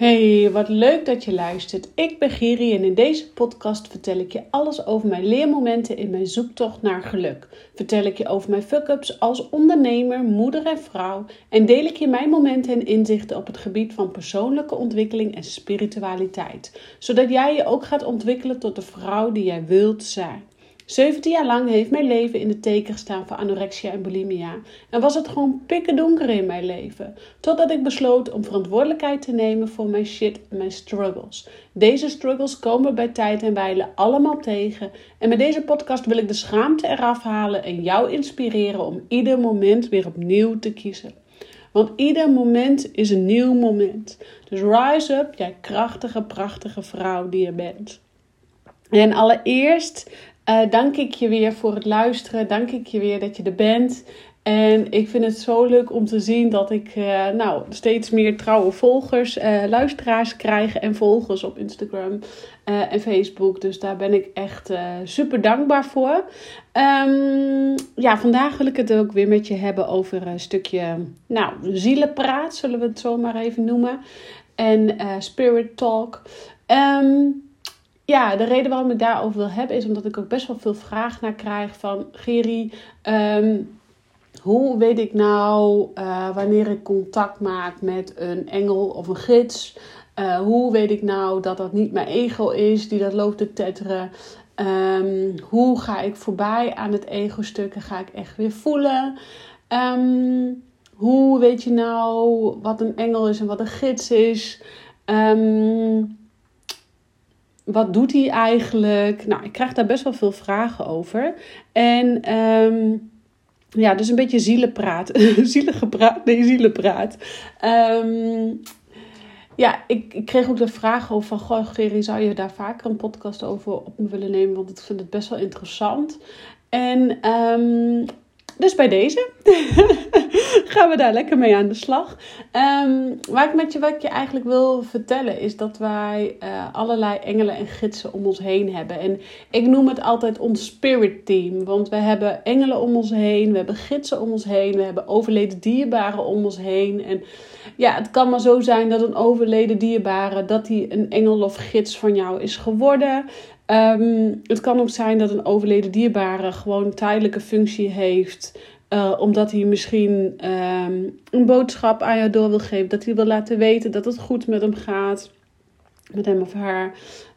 Hey, wat leuk dat je luistert. Ik ben Geri en in deze podcast vertel ik je alles over mijn leermomenten in mijn zoektocht naar geluk. Vertel ik je over mijn fuck-ups als ondernemer, moeder en vrouw en deel ik je mijn momenten en inzichten op het gebied van persoonlijke ontwikkeling en spiritualiteit. Zodat jij je ook gaat ontwikkelen tot de vrouw die jij wilt zijn. 17 jaar lang heeft mijn leven in het teken gestaan van anorexia en bulimia. En was het gewoon pikkendonker in mijn leven. Totdat ik besloot om verantwoordelijkheid te nemen voor mijn shit en mijn struggles. Deze struggles komen bij tijd en wijle allemaal tegen. En met deze podcast wil ik de schaamte eraf halen en jou inspireren om ieder moment weer opnieuw te kiezen. Want ieder moment is een nieuw moment. Dus rise up, jij krachtige, prachtige vrouw die je bent. En allereerst dank ik je weer voor het luisteren. Dank ik je weer dat je er bent. En ik vind het zo leuk om te zien dat ik steeds meer trouwe volgers, luisteraars krijg en volgers op Instagram en Facebook. Dus daar ben ik echt super dankbaar voor. Vandaag wil ik het ook weer met je hebben over een stukje zielenpraat, zullen we het zo maar even noemen. En spirit talk. De reden waarom ik daarover wil hebben is omdat ik ook best wel veel vragen naar krijg van Geri, hoe weet ik nou wanneer ik contact maak met een engel of een gids? Hoe weet ik nou dat dat niet mijn ego is die dat loopt te tetteren? Hoe ga ik voorbij aan het ego-stuk en ga ik echt weer voelen? Hoe weet je nou wat een engel is en wat een gids is? Wat doet hij eigenlijk? Nou, ik krijg daar best wel veel vragen over. En dus een beetje zielenpraat. Zielenpraat. Ik kreeg ook de vraag over van... Goh, Geri, zou je daar vaker een podcast over op me willen nemen? Want ik vind het best wel interessant. En dus bij deze gaan we daar lekker mee aan de slag. Wat ik je eigenlijk wil vertellen is dat wij allerlei engelen en gidsen om ons heen hebben. En ik noem het altijd ons spirit team. Want we hebben engelen om ons heen, we hebben gidsen om ons heen, we hebben overleden dierbaren om ons heen. En ja, het kan maar zo zijn dat een overleden dierbare, dat die een engel of gids van jou is geworden. Het kan ook zijn dat een overleden dierbare gewoon een tijdelijke functie heeft. Omdat hij misschien een boodschap aan jou door wil geven. Dat hij wil laten weten dat het goed met hem gaat. Met hem of haar.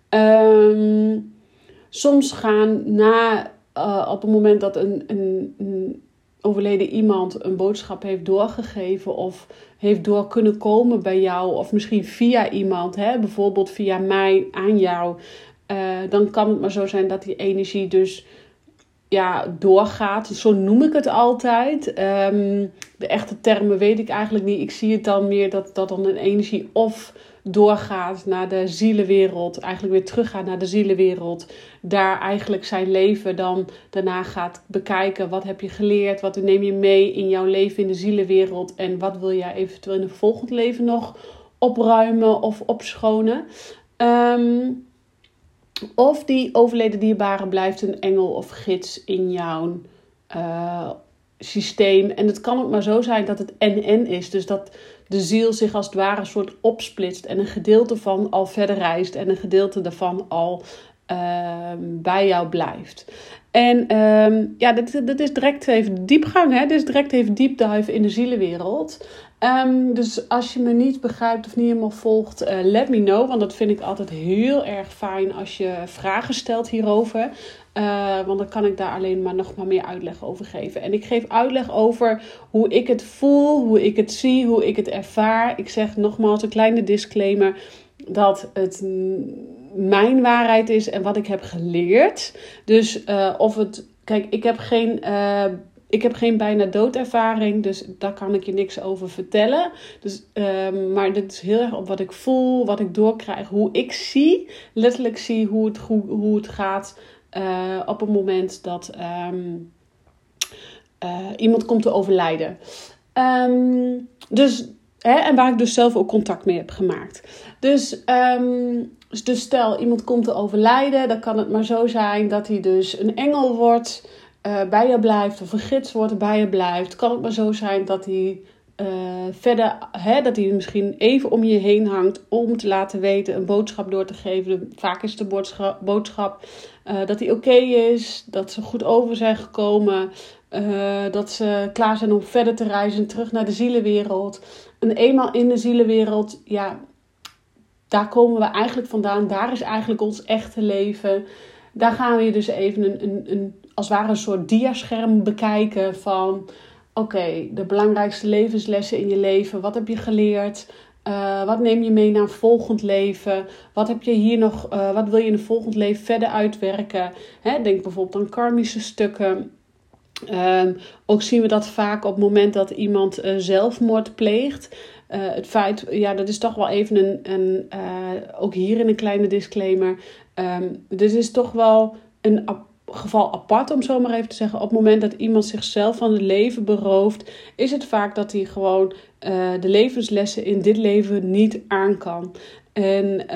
Soms gaan op het moment dat een overleden iemand een boodschap heeft doorgegeven. Of heeft door kunnen komen bij jou. Of misschien via iemand. Bijvoorbeeld via mij aan jou. Dan kan het maar zo zijn dat die energie dus doorgaat. Zo noem ik het altijd. De echte termen weet ik eigenlijk niet. Ik zie het dan meer dat dan een energie of doorgaat naar de zielenwereld. Eigenlijk weer teruggaat naar de zielenwereld. Daar eigenlijk zijn leven dan daarna gaat bekijken. Wat heb je geleerd? Wat neem je mee in jouw leven in de zielenwereld? En wat wil jij eventueel in het volgende leven nog opruimen of opschonen? Of die overleden dierbare blijft een engel of gids in jouw systeem. En het kan ook maar zo zijn dat het en is. Dus dat de ziel zich als het ware een soort opsplitst. En een gedeelte van al verder reist. En een gedeelte daarvan al bij jou blijft. En dit is direct even de diepgang. Hè? Dit is direct even deep dive in de zielenwereld. Dus als je me niet begrijpt of niet helemaal volgt, let me know. Want dat vind ik altijd heel erg fijn als je vragen stelt hierover. Want dan kan ik daar alleen maar nog maar meer uitleg over geven. En ik geef uitleg over hoe ik het voel, hoe ik het zie, hoe ik het ervaar. Ik zeg nogmaals een kleine disclaimer dat het mijn waarheid is en wat ik heb geleerd. Dus ik heb geen bijna doodervaring, dus daar kan ik je niks over vertellen. Dus, maar dit is heel erg op wat ik voel, wat ik doorkrijg, hoe ik zie. Letterlijk zie hoe het gaat op het moment dat iemand komt te overlijden. En waar ik dus zelf ook contact mee heb gemaakt. Dus stel iemand komt te overlijden, dan kan het maar zo zijn dat hij dus een engel wordt, bij je blijft, of een gids wordt, bij je blijft. Kan het maar zo zijn dat hij verder, dat hij misschien even om je heen hangt om te laten weten, een boodschap door te geven. Vaak is de boodschap dat hij oké is, dat ze goed over zijn gekomen, dat ze klaar zijn om verder te reizen, terug naar de zielenwereld. En eenmaal in de zielenwereld, ja, daar komen we eigenlijk vandaan. Daar is eigenlijk ons echte leven. Daar gaan we dus even als het ware een soort diascherm bekijken van oké, de belangrijkste levenslessen in je leven. Wat heb je geleerd? Wat neem je mee naar een volgend leven? Wat heb je hier nog? Wat wil je in een volgend leven verder uitwerken? Denk bijvoorbeeld aan karmische stukken. Ook zien we dat vaak op het moment dat iemand zelfmoord pleegt. Het feit, dat is toch wel even ook hierin een kleine disclaimer. Dit is toch wel een geval apart, om zo maar even te zeggen. Op het moment dat iemand zichzelf van het leven berooft, is het vaak dat hij gewoon de levenslessen in dit leven niet aan kan. En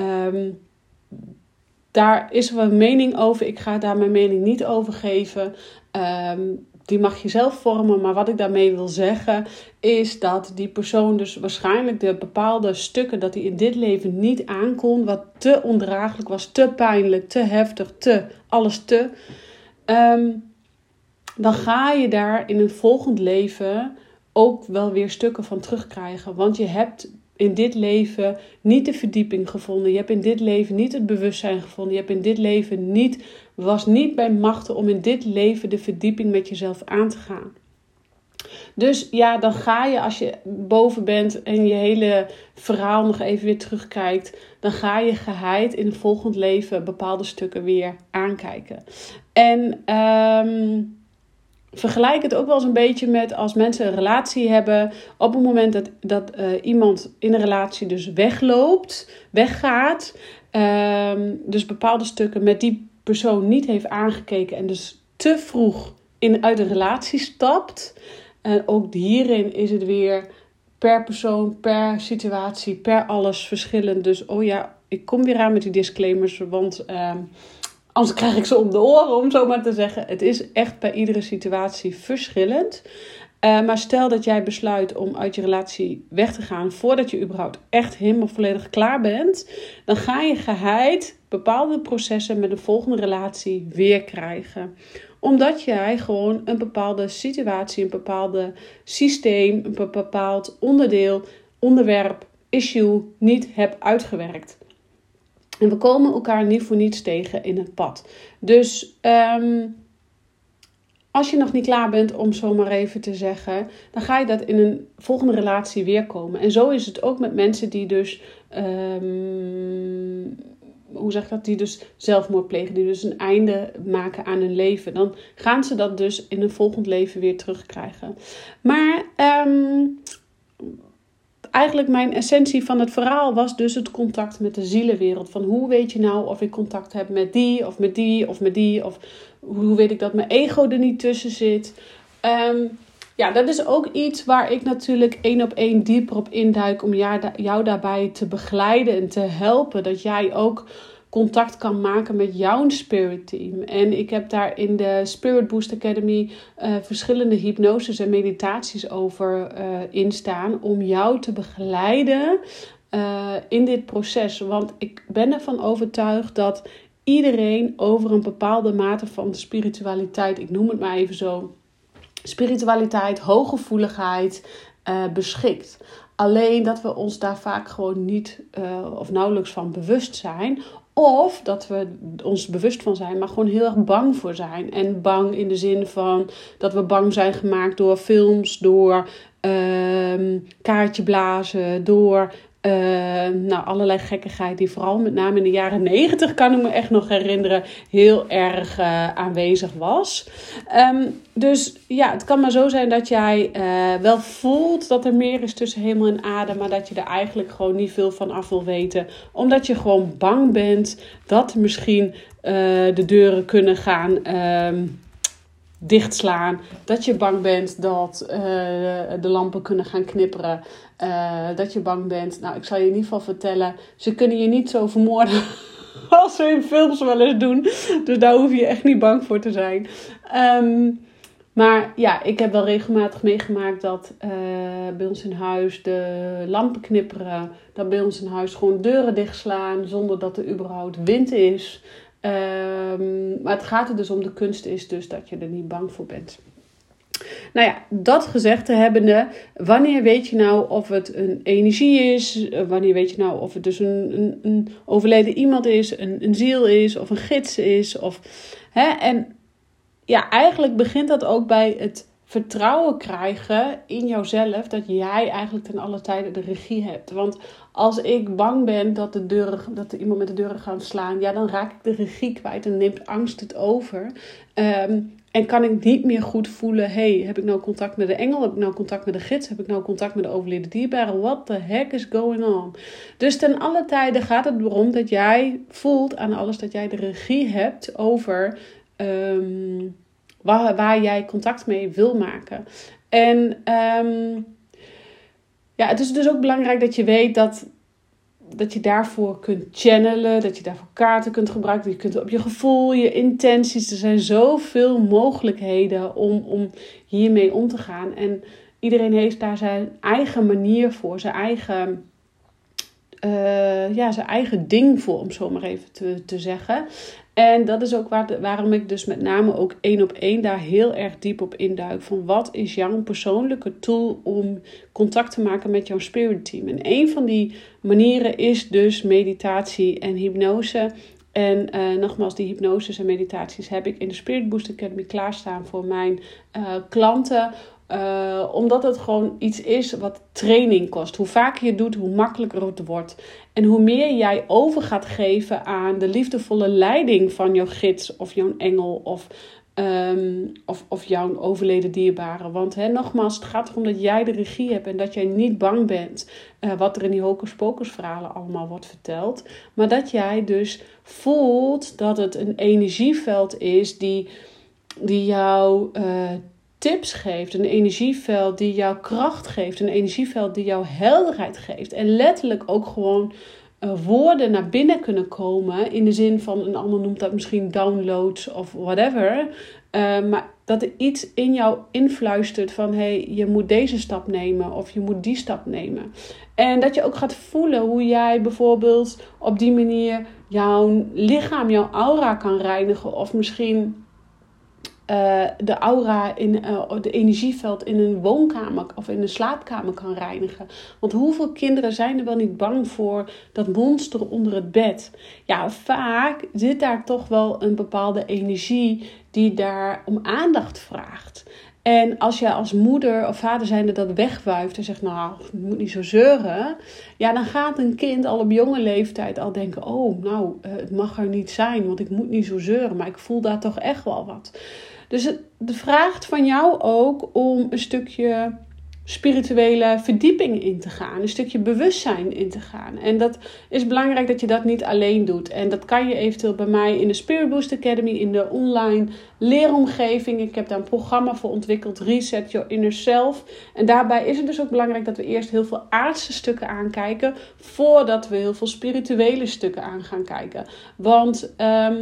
daar is wel een mening over. Ik ga daar mijn mening niet over geven. Die mag je zelf vormen, maar wat ik daarmee wil zeggen is dat die persoon dus waarschijnlijk de bepaalde stukken dat hij in dit leven niet aankon, wat te ondraaglijk was, te pijnlijk, te heftig, alles te. Dan ga je daar in een volgend leven ook wel weer stukken van terugkrijgen. Want je hebt in dit leven niet de verdieping gevonden. Je hebt in dit leven niet het bewustzijn gevonden. Je hebt in dit leven was niet bij machten om in dit leven de verdieping met jezelf aan te gaan. Dus ja, dan ga je, als je boven bent en je hele verhaal nog even weer terugkijkt, dan ga je geheid in een volgend leven bepaalde stukken weer aankijken. En vergelijk het ook wel eens een beetje met als mensen een relatie hebben. Op het moment dat iemand in een relatie dus weggaat. Dus bepaalde stukken met die persoon niet heeft aangekeken. En dus te vroeg uit de relatie stapt. En ook hierin is het weer per persoon, per situatie, per alles verschillend. Dus ik kom weer aan met die disclaimers. Want anders krijg ik ze om de oren, om zo maar te zeggen. Het is echt bij iedere situatie verschillend. Maar stel dat jij besluit om uit je relatie weg te gaan voordat je überhaupt echt helemaal volledig klaar bent, dan ga je geheid bepaalde processen met een volgende relatie weer krijgen. Omdat jij gewoon een bepaalde situatie, een bepaalde systeem, een bepaald onderwerp, issue niet hebt uitgewerkt. En we komen elkaar niet voor niets tegen in het pad. Dus als je nog niet klaar bent, om zo maar even te zeggen, dan ga je dat in een volgende relatie weer komen. En zo is het ook met mensen die dus, die dus zelfmoord plegen, die dus een einde maken aan hun leven. Dan gaan ze dat dus in een volgend leven weer terugkrijgen. Maar eigenlijk mijn essentie van het verhaal was dus het contact met de zielenwereld. Van hoe weet je nou of ik contact heb met die of met die of met die? Of hoe weet ik dat mijn ego er niet tussen zit? Dat is ook iets waar ik natuurlijk 1-op-1 dieper op induik om jou daarbij te begeleiden en te helpen. Dat jij ook contact kan maken met jouw spirit team. En ik heb daar in de Spirit Boost Academy verschillende hypnoses en meditaties over in staan om jou te begeleiden in dit proces. Want ik ben ervan overtuigd dat iedereen over een bepaalde mate van spiritualiteit, ik noem het maar even zo, spiritualiteit, hooggevoeligheid beschikt. Alleen dat we ons daar vaak gewoon niet of nauwelijks van bewust zijn. Of dat we ons bewust van zijn, maar gewoon heel erg bang voor zijn. En bang in de zin van dat we bang zijn gemaakt door films, door kaartje blazen, door allerlei gekkigheid die vooral met name in de jaren 90, kan ik me echt nog herinneren, heel erg aanwezig was. Dus ja, het kan maar zo zijn dat jij wel voelt dat er meer is tussen hemel en aarde, maar dat je er eigenlijk gewoon niet veel van af wil weten. Omdat je gewoon bang bent dat misschien de deuren kunnen gaan dichtslaan. Dat je bang bent dat de lampen kunnen gaan knipperen. Dat je bang bent. Nou, ik zal je in ieder geval vertellen. Ze kunnen je niet zo vermoorden als ze in films wel eens doen. Dus daar hoef je echt niet bang voor te zijn. Maar ja, ik heb wel regelmatig meegemaakt dat bij ons in huis de lampen knipperen. Dat bij ons in huis gewoon deuren dichtslaan zonder dat er überhaupt wind is. Maar het gaat er dus om, de kunst is dus dat je er niet bang voor bent. Nou ja, dat gezegd te hebbende, wanneer weet je nou of het een energie is? Wanneer weet je nou of het dus een overleden iemand is, een ziel is of een gids is? En ja, eigenlijk begint dat ook bij het vertrouwen krijgen in jouzelf, dat jij eigenlijk ten alle tijde de regie hebt. Want als ik bang ben dat er iemand met de deuren gaat slaan, ja, dan raak ik de regie kwijt en neemt angst het over. En kan ik niet meer goed voelen, heb ik nou contact met de engel? Heb ik nou contact met de gids? Heb ik nou contact met de overleden dierbare? What the heck is going on? Dus ten alle tijde gaat het erom dat jij voelt aan alles dat jij de regie hebt over waar jij contact mee wil maken. En het is dus ook belangrijk dat je weet dat je daarvoor kunt channelen, dat je daarvoor kaarten kunt gebruiken, dat je kunt op je gevoel, je intenties. Er zijn zoveel mogelijkheden om hiermee om te gaan. En iedereen heeft daar zijn eigen manier voor, zijn eigen ding voor, om zo maar even te zeggen. En dat is ook waarom ik dus met name ook 1-op-1 daar heel erg diep op induik. Van wat is jouw persoonlijke tool om contact te maken met jouw spirit team? En een van die manieren is dus meditatie en hypnose. En nogmaals, die hypnoses en meditaties heb ik in de Spirit Boost Academy klaarstaan voor mijn klanten. Omdat het gewoon iets is wat training kost. Hoe vaker je het doet, hoe makkelijker het wordt. En hoe meer jij over gaat geven aan de liefdevolle leiding van jouw gids of jouw engel of jouw overleden dierbare. Want nogmaals, het gaat erom dat jij de regie hebt en dat jij niet bang bent wat er in die hocus pocus verhalen allemaal wordt verteld. Maar dat jij dus voelt dat het een energieveld is die jou tips geeft, een energieveld die jou kracht geeft, een energieveld die jou helderheid geeft en letterlijk ook gewoon woorden naar binnen kunnen komen in de zin van, een ander noemt dat misschien downloads of whatever, maar dat er iets in jou influistert van je moet deze stap nemen of je moet die stap nemen. En dat je ook gaat voelen hoe jij bijvoorbeeld op die manier jouw lichaam, jouw aura kan reinigen of misschien de aura in de energieveld in een woonkamer of in een slaapkamer kan reinigen. Want hoeveel kinderen zijn er wel niet bang voor dat monster onder het bed? Ja, vaak zit daar toch wel een bepaalde energie die daar om aandacht vraagt. En als je als moeder of vader zijnde dat wegwuift en zegt, nou, je moet niet zo zeuren. Ja, dan gaat een kind al op jonge leeftijd al denken, het mag er niet zijn, want ik moet niet zo zeuren. Maar ik voel daar toch echt wel wat. Dus het vraagt van jou ook om een stukje spirituele verdieping in te gaan. Een stukje bewustzijn in te gaan. En dat is belangrijk dat je dat niet alleen doet. En dat kan je eventueel bij mij in de Spirit Boost Academy, in de online leeromgeving. Ik heb daar een programma voor ontwikkeld, Reset Your Inner Self. En daarbij is het dus ook belangrijk dat we eerst heel veel aardse stukken aankijken, voordat we heel veel spirituele stukken aan gaan kijken. Want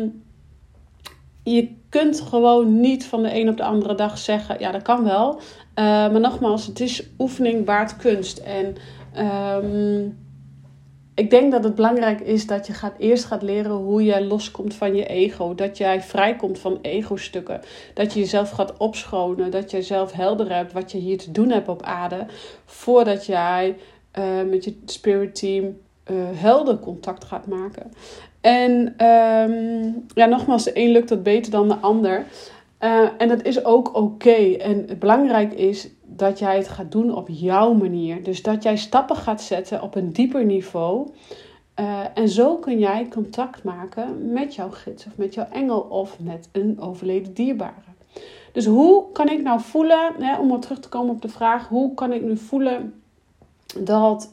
je kunt gewoon niet van de een op de andere dag zeggen, ja, dat kan wel. Maar nogmaals, het is oefening baart kunst. En ik denk dat het belangrijk is dat je eerst gaat leren hoe jij loskomt van je ego. Dat jij vrijkomt van ego-stukken. Dat je jezelf gaat opschonen. Dat je zelf helder hebt wat je hier te doen hebt op aarde. Voordat jij met je spirit team helder contact gaat maken. En nogmaals, de een lukt dat beter dan de ander. En dat is ook oké. En het belangrijk is dat jij het gaat doen op jouw manier. Dus dat jij stappen gaat zetten op een dieper niveau. En zo kun jij contact maken met jouw gids of met jouw engel of met een overleden dierbare. Dus hoe kan ik nou voelen, om wat terug te komen op de vraag, hoe kan ik nu voelen dat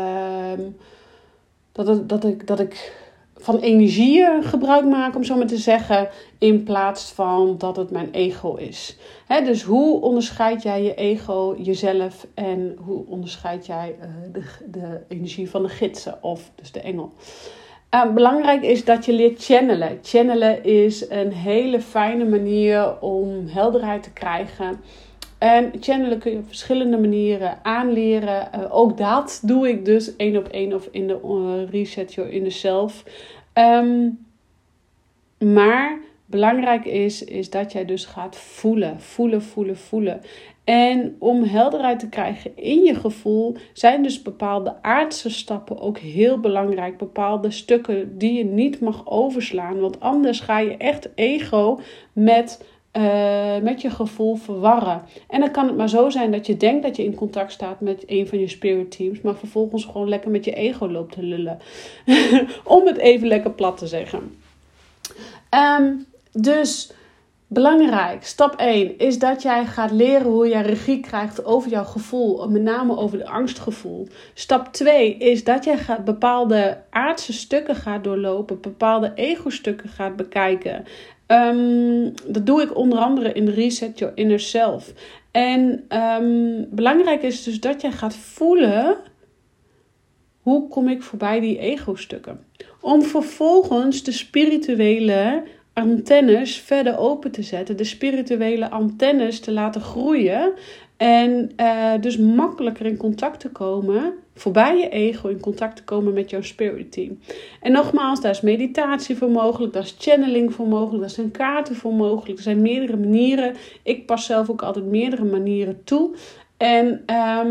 ik van energieën gebruik maak, om zo maar te zeggen, in plaats van dat het mijn ego is. Dus hoe onderscheid jij je ego, jezelf, en hoe onderscheid jij de energie van de gidsen of dus de engel? Belangrijk is dat je leert channelen. Channelen is een hele fijne manier om helderheid te krijgen. En channelen kun je op verschillende manieren aanleren. Ook dat doe ik dus 1-op-1 of in de Reset Your Inner Self. Maar belangrijk is dat jij dus gaat voelen. En om helderheid te krijgen in je gevoel zijn dus bepaalde aardse stappen ook heel belangrijk. Bepaalde stukken die je niet mag overslaan. Want anders ga je echt ego met je gevoel verwarren. En dan kan het maar zo zijn dat je denkt dat je in contact staat met een van je spirit teams, maar vervolgens gewoon lekker met je ego loopt te lullen. Om het even lekker plat te zeggen. Dus belangrijk, stap 1 is dat jij gaat leren hoe jij regie krijgt over jouw gevoel. Met name over het angstgevoel. Stap 2 is dat jij bepaalde aardse stukken gaat doorlopen. Bepaalde ego-stukken gaat bekijken. Dat doe ik onder andere in Reset Your Inner Self. En belangrijk is dus dat jij gaat voelen, hoe kom ik voorbij die ego-stukken? Om vervolgens de spirituele antennes verder open te zetten. De spirituele antennes te laten groeien. En dus makkelijker in contact te komen, voorbij je ego, in contact te komen met jouw spirit team. En nogmaals, daar is meditatie voor mogelijk, daar is channeling voor mogelijk, daar zijn kaarten voor mogelijk. Er zijn meerdere manieren. Ik pas zelf ook altijd meerdere manieren toe. En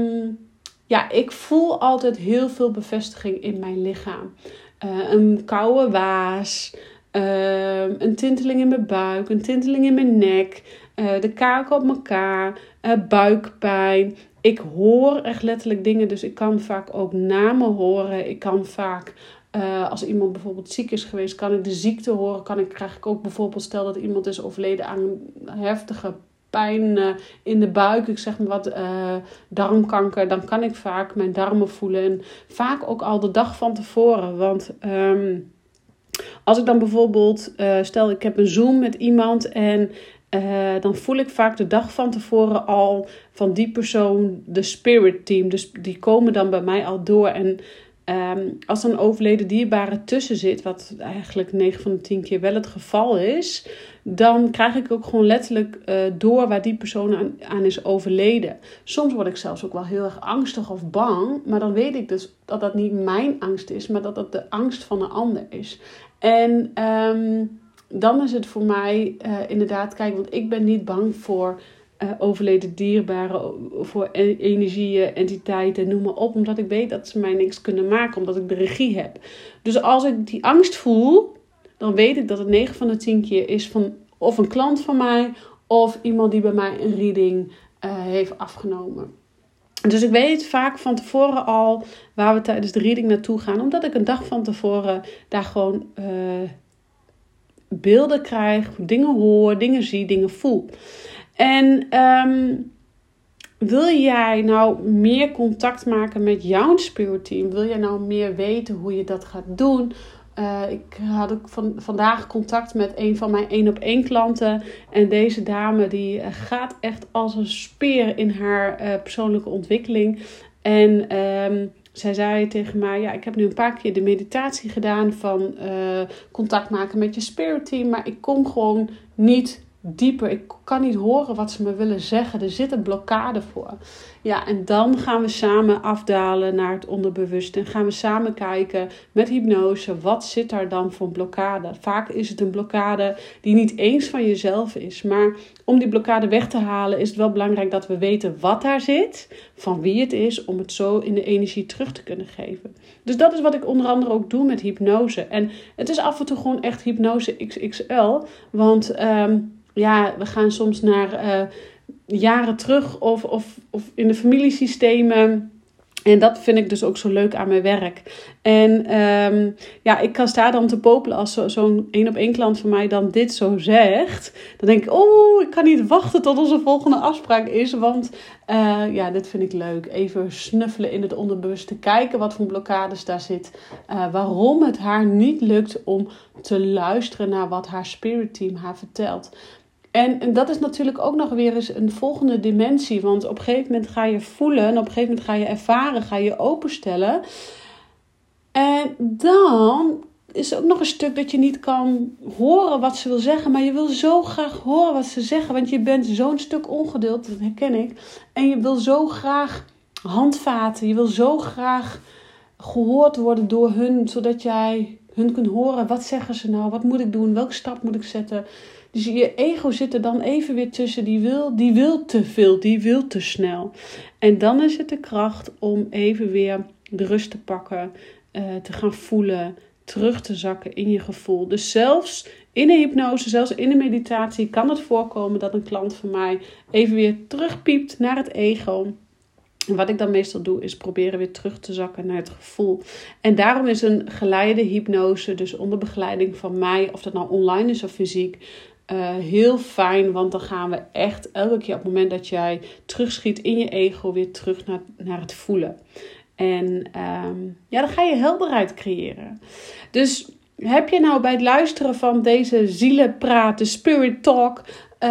ik voel altijd heel veel bevestiging in mijn lichaam. Een koude waas, een tinteling in mijn buik, een tinteling in mijn nek, de kaken op elkaar, buikpijn. Ik hoor echt letterlijk dingen, dus ik kan vaak ook namen horen. Ik kan vaak, als iemand bijvoorbeeld ziek is geweest, kan ik de ziekte horen. Krijg ik ook bijvoorbeeld, stel dat iemand is overleden aan een heftige pijn in de buik, ik zeg maar wat, darmkanker, dan kan ik vaak mijn darmen voelen. En vaak ook al de dag van tevoren, want als ik dan bijvoorbeeld, stel ik heb een Zoom met iemand en dan voel ik vaak de dag van tevoren al van die persoon de spirit team. Dus die komen dan bij mij al door. En als er een overleden dierbare tussen zit, wat eigenlijk 9 van de 10 keer wel het geval is, dan krijg ik ook gewoon letterlijk door waar die persoon aan is overleden. Soms word ik zelfs ook wel heel erg angstig of bang, maar dan weet ik dus dat dat niet mijn angst is, maar dat dat de angst van een ander is. En dan is het voor mij inderdaad, kijk, want ik ben niet bang voor overleden dierbaren, voor energieën, entiteiten, noem maar op. Omdat ik weet dat ze mij niks kunnen maken, omdat ik de regie heb. Dus als ik die angst voel, dan weet ik dat het 9 van de 10 keer is van of een klant van mij, of iemand die bij mij een reading heeft afgenomen. Dus ik weet vaak van tevoren al waar we tijdens de reading naartoe gaan. Omdat ik een dag van tevoren daar gewoon beelden krijg, dingen hoor, dingen zie, dingen voel. En wil jij nou meer contact maken met jouw spirit team? Wil jij nou meer weten hoe je dat gaat doen? Ik had ook vandaag contact met een van mijn 1-op-1 klanten. En deze dame die gaat echt als een speer in haar persoonlijke ontwikkeling. En zij zei tegen mij, ja, ik heb nu een paar keer de meditatie gedaan van contact maken met je spirit team. Maar ik kom gewoon niet dieper. Ik kan niet horen wat ze me willen zeggen. Er zit een blokkade voor. Ja, en dan gaan we samen afdalen naar het onderbewuste. En gaan we samen kijken met hypnose. Wat zit daar dan voor blokkade? Vaak is het een blokkade die niet eens van jezelf is. Maar om die blokkade weg te halen is het wel belangrijk dat we weten wat daar zit. Van wie het is. Om het zo in de energie terug te kunnen geven. Dus dat is wat ik onder andere ook doe met hypnose. En het is af en toe gewoon echt hypnose XXL. Want we gaan soms naar jaren terug of in de familiesystemen. En dat vind ik dus ook zo leuk aan mijn werk. En ik kan staan dan te popelen als zo'n 1-op-1 klant van mij dan dit zo zegt. Dan denk ik, ik kan niet wachten tot onze volgende afspraak is. Want dit vind ik leuk. Even snuffelen in het onderbewuste. Kijken wat voor blokkades daar zit. Waarom het haar niet lukt om te luisteren naar wat haar spirit team haar vertelt. En dat is natuurlijk ook nog weer eens een volgende dimensie. Want op een gegeven moment ga je voelen. En op een gegeven moment ga je ervaren. Ga je openstellen. En dan is ook nog een stuk dat je niet kan horen wat ze wil zeggen. Maar je wil zo graag horen wat ze zeggen. Want je bent zo'n stuk ongeduld, dat herken ik. En je wil zo graag handvaten. Je wil zo graag gehoord worden door hun. Zodat jij hun kunt horen. Wat zeggen ze nou? Wat moet ik doen? Welke stap moet ik zetten? Dus je ego zit er dan even weer tussen. Die wil te veel. Die wil te snel. En dan is het de kracht om even weer de rust te pakken. Te gaan voelen. Terug te zakken in je gevoel. Dus zelfs in een hypnose, zelfs in een meditatie kan het voorkomen dat een klant van mij even weer terugpiept naar het ego. En wat ik dan meestal doe is proberen weer terug te zakken naar het gevoel. En daarom is een geleide hypnose, dus onder begeleiding van mij, of dat nou online is of fysiek, heel fijn. Want dan gaan we echt elke keer op het moment dat jij terugschiet in je ego weer terug naar het voelen. En dan ga je helderheid creëren. Dus heb je nou bij het luisteren van deze zielenpraat, de spirit talk,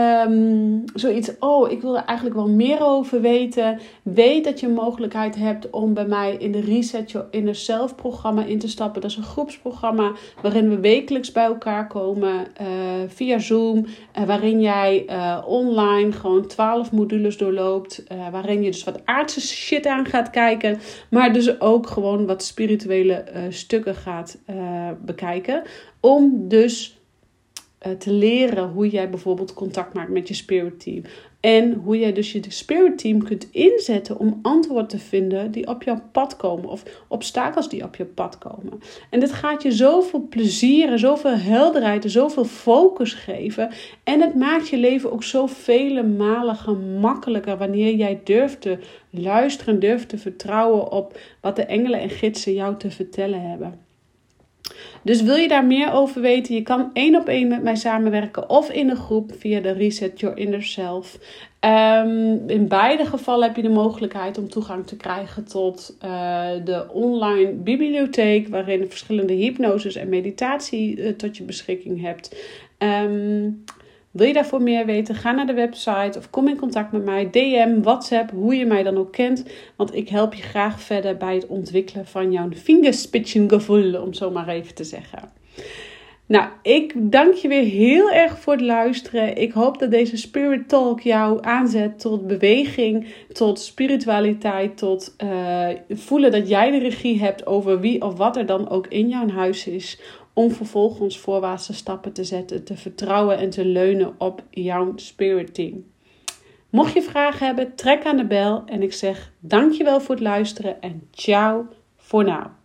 zoiets, ik wil er eigenlijk wel meer over weten. Weet dat je een mogelijkheid hebt om bij mij in de Reset Your Inner Self programma in te stappen. Dat is een groepsprogramma waarin we wekelijks bij elkaar komen via Zoom. Waarin jij online gewoon 12 modules doorloopt. Waarin je dus wat aardse shit aan gaat kijken. Maar dus ook gewoon wat spirituele stukken gaat bekijken. Om dus te leren hoe jij bijvoorbeeld contact maakt met je spirit team. En hoe jij dus je spirit team kunt inzetten om antwoorden te vinden die op jouw pad komen. Of obstakels die op je pad komen. En dit gaat je zoveel plezier en zoveel helderheid en zoveel focus geven. En het maakt je leven ook zo vele malen gemakkelijker wanneer jij durft te luisteren en durft te vertrouwen op wat de engelen en gidsen jou te vertellen hebben. Dus wil je daar meer over weten? Je kan 1-op-1 met mij samenwerken of in een groep via de Reset Your Inner Self. In beide gevallen heb je de mogelijkheid om toegang te krijgen tot de online bibliotheek, waarin je verschillende hypnoses en meditatie tot je beschikking hebt. Wil je daarvoor meer weten? Ga naar de website of kom in contact met mij. DM, WhatsApp, hoe je mij dan ook kent. Want ik help je graag verder bij het ontwikkelen van jouw Fingerspitzengevoel, om zo maar even te zeggen. Nou, ik dank je weer heel erg voor het luisteren. Ik hoop dat deze Spirit Talk jou aanzet tot beweging, tot spiritualiteit, tot voelen dat jij de regie hebt over wie of wat er dan ook in jouw huis is. Om vervolgens voorwaartse stappen te zetten, te vertrouwen en te leunen op jouw spirit team. Mocht je vragen hebben, trek aan de bel en ik zeg dankjewel voor het luisteren en ciao voor nu.